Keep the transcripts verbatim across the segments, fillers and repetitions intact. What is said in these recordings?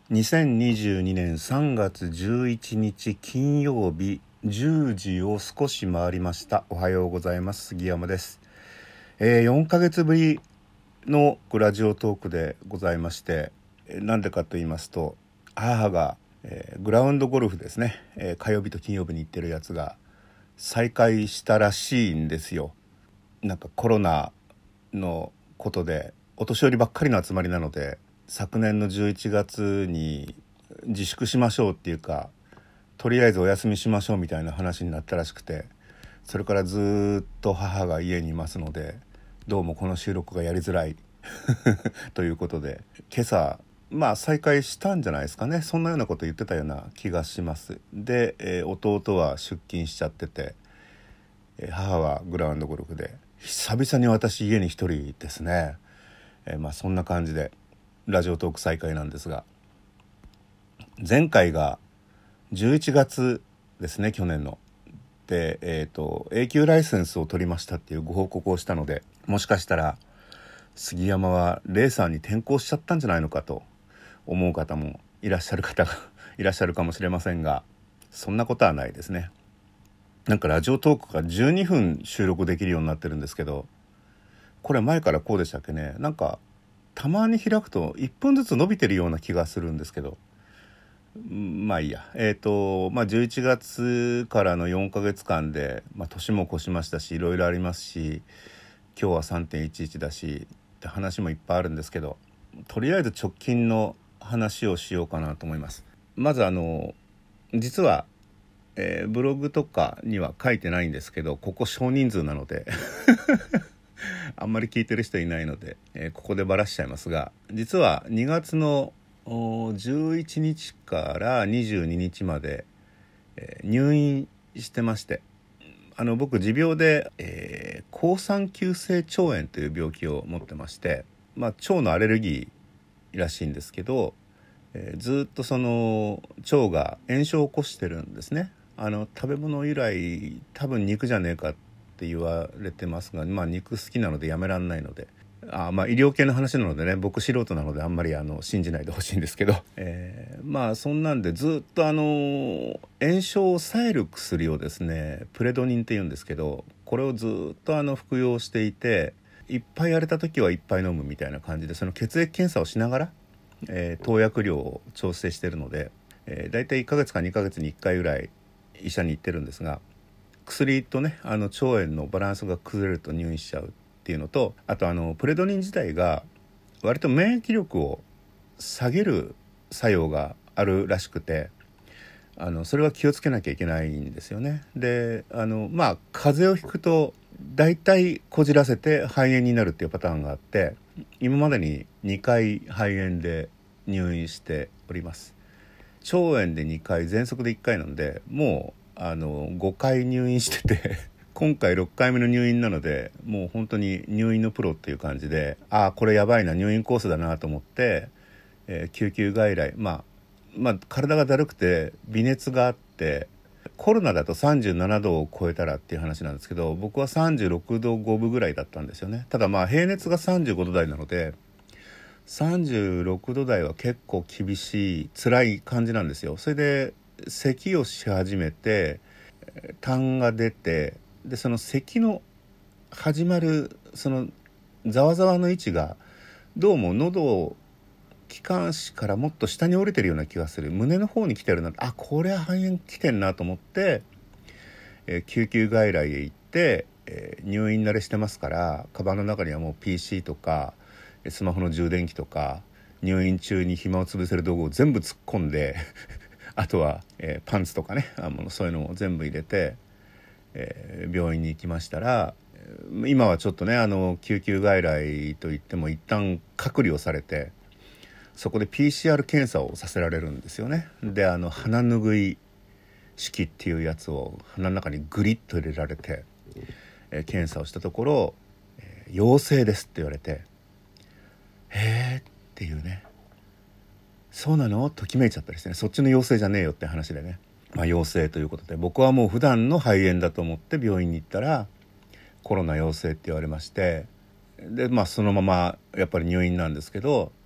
にせんにじゅうにねんさんがつじゅういちにち金曜日じゅうじを少し回りました。おはようございます。杉山です。えー、よんかげつぶりのラジオトークでございまして、なんでかと言いますと、母が、えー、グラウンドゴルフですね、えー、火曜日と金曜日に行ってるやつが再開したらしいんですよ。なんかコロナのことでお年寄りばっかりの集まりなので、昨年のじゅういちがつに自粛しましょうっていうか、とりあえずお休みしましょうみたいな話になったらしくて、それからずっと母が家にいますので、どうもこの収録がやりづらいということで、今朝まあ再開したんじゃないですかね。そんなようなこと言ってたような気がします。で、えー、弟は出勤しちゃってて、えー、母はグラウンドゴルフで、久々に私家に一人ですね。えー、まあそんな感じでラジオトーク再開なんですが、前回がじゅういちがつですね、去年の。で、えっと、永久ライセンスを取りましたっていうご報告をしたので、もしかしたら杉山はレーサーに転向しちゃったんじゃないのかと思う方もいらっしゃる方がいらっしゃるかもしれませんが、そんなことはないですね。なんかラジオトークがじゅうにふん収録できるようになってるんですけど、これ前からこうでしたっけね。なんかたまに開くといっぷんずつ伸びてるような気がするんですけど、まあいいや。えっとまあじゅういちがつからのよんかげつかんで、まあ、年も越しましたし、いろいろありますし、今日は さんてんいちいち だしって話もいっぱいあるんですけど、とりあえず直近の話をしようかなと思います。まずあの実は、えー、ブログとかには書いてないんですけど、ここ少人数なのであんまり聞いてる人いないので、えー、ここでバラしちゃいますが、実はにがつのじゅういちにちからにじゅうににちまで、えー、入院してまして、あの僕持病で、えー、好酸球性腸炎という病気を持ってまして、まあ、腸のアレルギーらしいんですけど、えー、ずっとその腸が炎症を起こしてるんですね。あの食べ物由来、多分肉じゃねえかって言われてますが、まあ肉好きなのでやめらんないので、あまあ医療系の話なのでね、僕素人なのであんまりあの信じないでほしいんですけど、えー、まあそんなんでずっとあの炎症を抑える薬をですね、プレドニンって言うんですけど、これをずっとあの服用していて、いっぱいやれた時はいっぱい飲むみたいな感じで、その血液検査をしながら、えー、投薬量を調整しているので、えー、だいたいいっかげつかにかげつにいっかいぐらい医者に行ってるんですが、薬とね、あの腸炎のバランスが崩れると入院しちゃうっていうのと、あとあのプレドニン自体が割と免疫力を下げる作用があるらしくて、あのそれは気をつけなきゃいけないんですよね。で、あのまあ風邪をひくとだいたいこじらせて肺炎になるっていうパターンがあって、今までににかい肺炎で入院しております。腸炎でにかい、喘息でいっかいなんで、もうあのごかい入院してて今回ろっかいめの入院なので、もう本当に入院のプロっていう感じで、ああこれやばいな、入院コースだなと思って、えー、救急外来、まあまあ体がだるくて微熱があって、コロナだとさんじゅうななどを超えたらっていう話なんですけど、僕はさんじゅうろくどごぶぐらいだったんですよね。ただまあ平熱がさんじゅうごど台なので、さんじゅうろくど台は結構厳しい辛い感じなんですよ。それで咳をし始めて、痰が出て、でその咳の始まるそのざわざわの位置が、どうも喉を気管支からもっと下に降りてるような気がする、胸の方に来てるな、あこれは肺炎来てんなと思って、えー、救急外来へ行って、えー、入院慣れしてますから、カバンの中にはもう ピーシー とかスマホの充電器とか、入院中に暇を潰せる道具を全部突っ込んであとは、えー、パンツとかね、あのそういうのを全部入れて、えー、病院に行きましたら、今はちょっとね、あの救急外来といっても一旦隔離をされて、そこで ピーシーアール 検査をさせられるんですよね。で、あの鼻ぬぐい式っていうやつを鼻の中にグリッと入れられて、えー、検査をしたところ、えー、陽性ですって言われて、へーっていうね、そうなのときめいちゃったですね。そっちの陽性じゃねえよって話でね、まあ陽性ということで、僕はもう普段の肺炎だと思って病院に行ったら、コロナ陽性って言われまして、でまあそのままやっぱり入院なんですけど、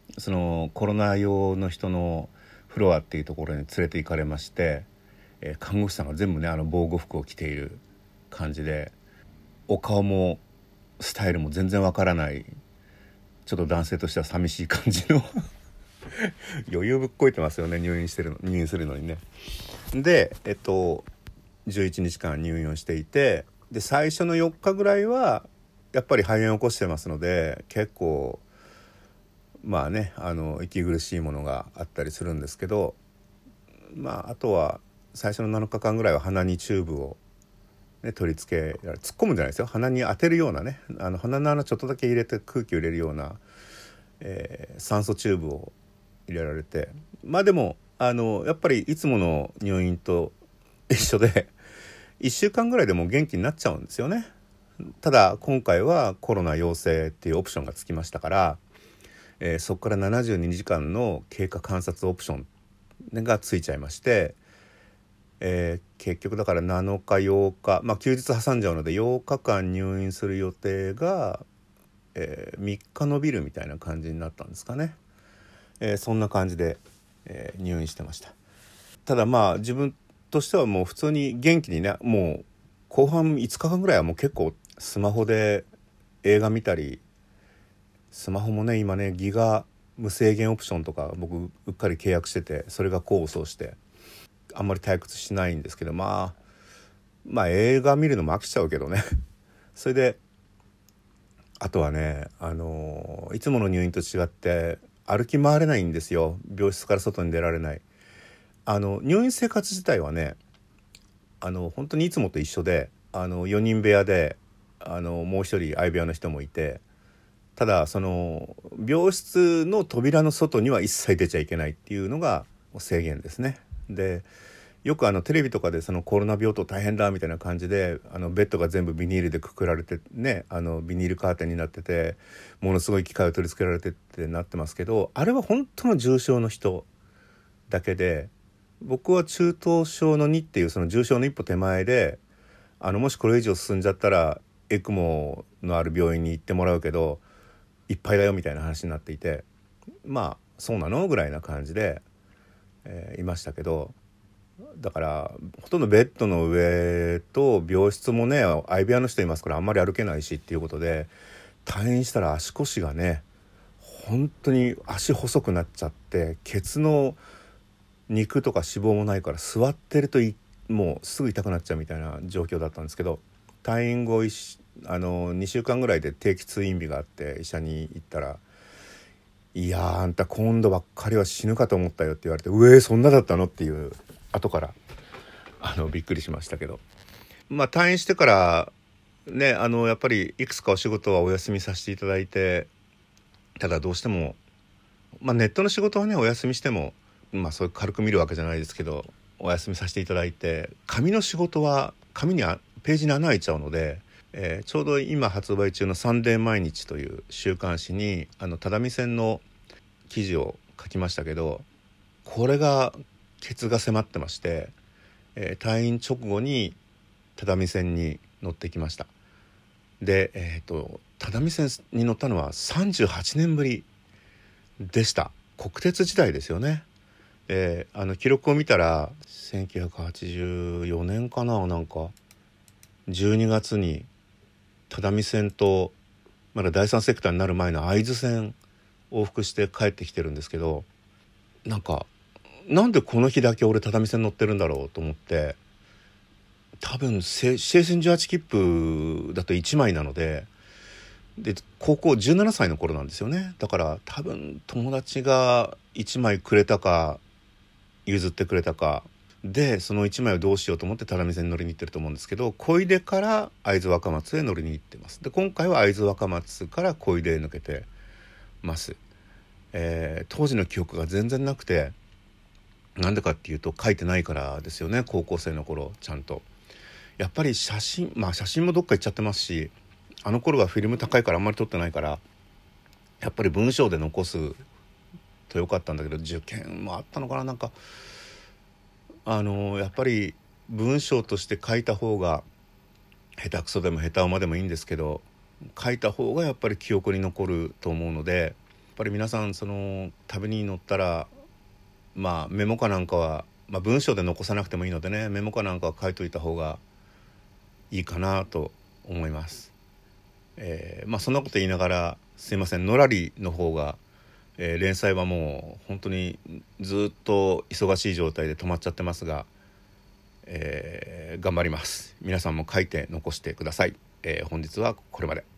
そのコロナ用の人のフロアっていうところに連れて行かれまして、えー、看護師さんが全部ねあの防護服を着ている感じで、お顔もスタイルも全然わからない、ちょっと男性としては寂しい感じの余裕ぶっこいてますよね、入院してるの入院するのにね。でえっとじゅういちにちかん入院をしていて、で最初のよっかぐらいはやっぱり肺炎を起こしてますので、結構まあねあの息苦しいものがあったりするんですけど、まああとは最初のなのかかんぐらいは鼻にチューブを、ね、取り付け突っ込むんじゃないですよ、鼻に当てるようなね、あの鼻の穴ちょっとだけ入れて空気を入れるような、えー、酸素チューブを入れられて、まあでもあのやっぱりいつもの入院と一緒でいっしゅうかんぐらいでもう元気になっちゃうんですよね。ただ今回はコロナ陽性っていうオプションがつきましたから、えー、そこからななじゅうにじかんの経過観察オプションがついちゃいまして、えー、結局だからなのかようか、まあ休日挟んじゃうのでようかかん入院する予定が、えー、みっか延びるみたいな感じになったんですかね。えー、そんな感じで、えー、入院してました。ただまあ自分としてはもう普通に元気にね、もう後半いつかかんぐらいはもう結構スマホで映画見たり、スマホもね今ねギガ無制限オプションとか僕うっかり契約してて、それが功を奏してあんまり退屈しないんですけど、まあまあ映画見るのも飽きちゃうけどねそれであとはねあのいつもの入院と違って歩き回れないんですよ、病室から外に出られない。あの入院生活自体はねあの本当にいつもと一緒で、あのよにん部屋であのもう一人相部屋の人もいて、ただその病室の扉の外には一切出ちゃいけないっていうのが制限ですね。でよくあのテレビとかでそのコロナ病棟大変だみたいな感じで、あのベッドが全部ビニールでくくられてね、あのビニールカーテンになっててものすごい機械を取り付けられてってなってますけど、あれは本当の重症の人だけで、僕は中等症のにっていうその重症の一歩手前で、あのもしこれ以上進んじゃったらエクモのある病院に行ってもらうけどいっぱいだよみたいな話になっていて、まあそうなのぐらいな感じで、えー、いましたけど、だからほとんどベッドの上と病室もね相部屋の人いますからあんまり歩けないしっていうことで、退院したら足腰がね本当に足細くなっちゃって、ケツの肉とか脂肪もないから座ってるといもうすぐ痛くなっちゃうみたいな状況だったんですけど、退院後あのにしゅうかんぐらいで定期通院日があって医者に行ったら、いやーあんた今度ばっかりは死ぬかと思ったよって言われて、うえーそんなだったのっていう後からあのびっくりしましたけど、まあ退院してからねあのやっぱりいくつかお仕事はお休みさせていただいて、ただどうしても、まあ、ネットの仕事はねお休みしてもまあそう軽く見るわけじゃないですけどお休みさせていただいて、紙の仕事は紙にあページに穴開いちゃうので、えー、ちょうど今発売中のサンデー毎日という週刊誌にあの只見線の記事を書きましたけど、これがケツが迫ってまして、えー、退院直後に只見線に乗ってきました。で、えーと、只見線に乗ったのはさんじゅうはちねんぶりでした。国鉄時代ですよね。えー、あの記録を見たらせんきゅうひゃくはちじゅうよねんかな、なんかじゅうにがつに只見線とまだだいさんセクターになる前の会津線往復して帰ってきてるんですけど、なんかなんでこの日だけ俺只見線乗ってるんだろうと思って、多分指定線じゅうはち切符だといちまいなので、で高校じゅうななさいの頃なんですよね。だから多分友達がいちまいくれたか譲ってくれたかで、そのいちまいをどうしようと思って只見線に乗りに行ってると思うんですけど、小出から会津若松へ乗りに行ってます。で今回は会津若松から小出へ抜けてます。えー、当時の記憶が全然なくて、なんでかっていうと書いてないからですよね。高校生の頃ちゃんとやっぱり写真まあ写真もどっか行っちゃってますし、あの頃はフィルム高いからあんまり撮ってないから、やっぱり文章で残すとよかったんだけど、受験もあったのかな、なんかあのやっぱり文章として書いた方が下手くそでも下手馬でもいいんですけど、書いた方がやっぱり記憶に残ると思うので、 ぱり皆さんその旅に乗ったら、まあメモかなんかは、まあ、文章で残さなくてもいいのでね、メモかなんかは書いといた方がいいかなと思います。えー、まあそんなこと言いながらすいません、のらりの方が、えー、連載はもう本当にずっと忙しい状態で止まっちゃってますが、えー、頑張ります。皆さんも書いて残してください。えー、本日はこれまで。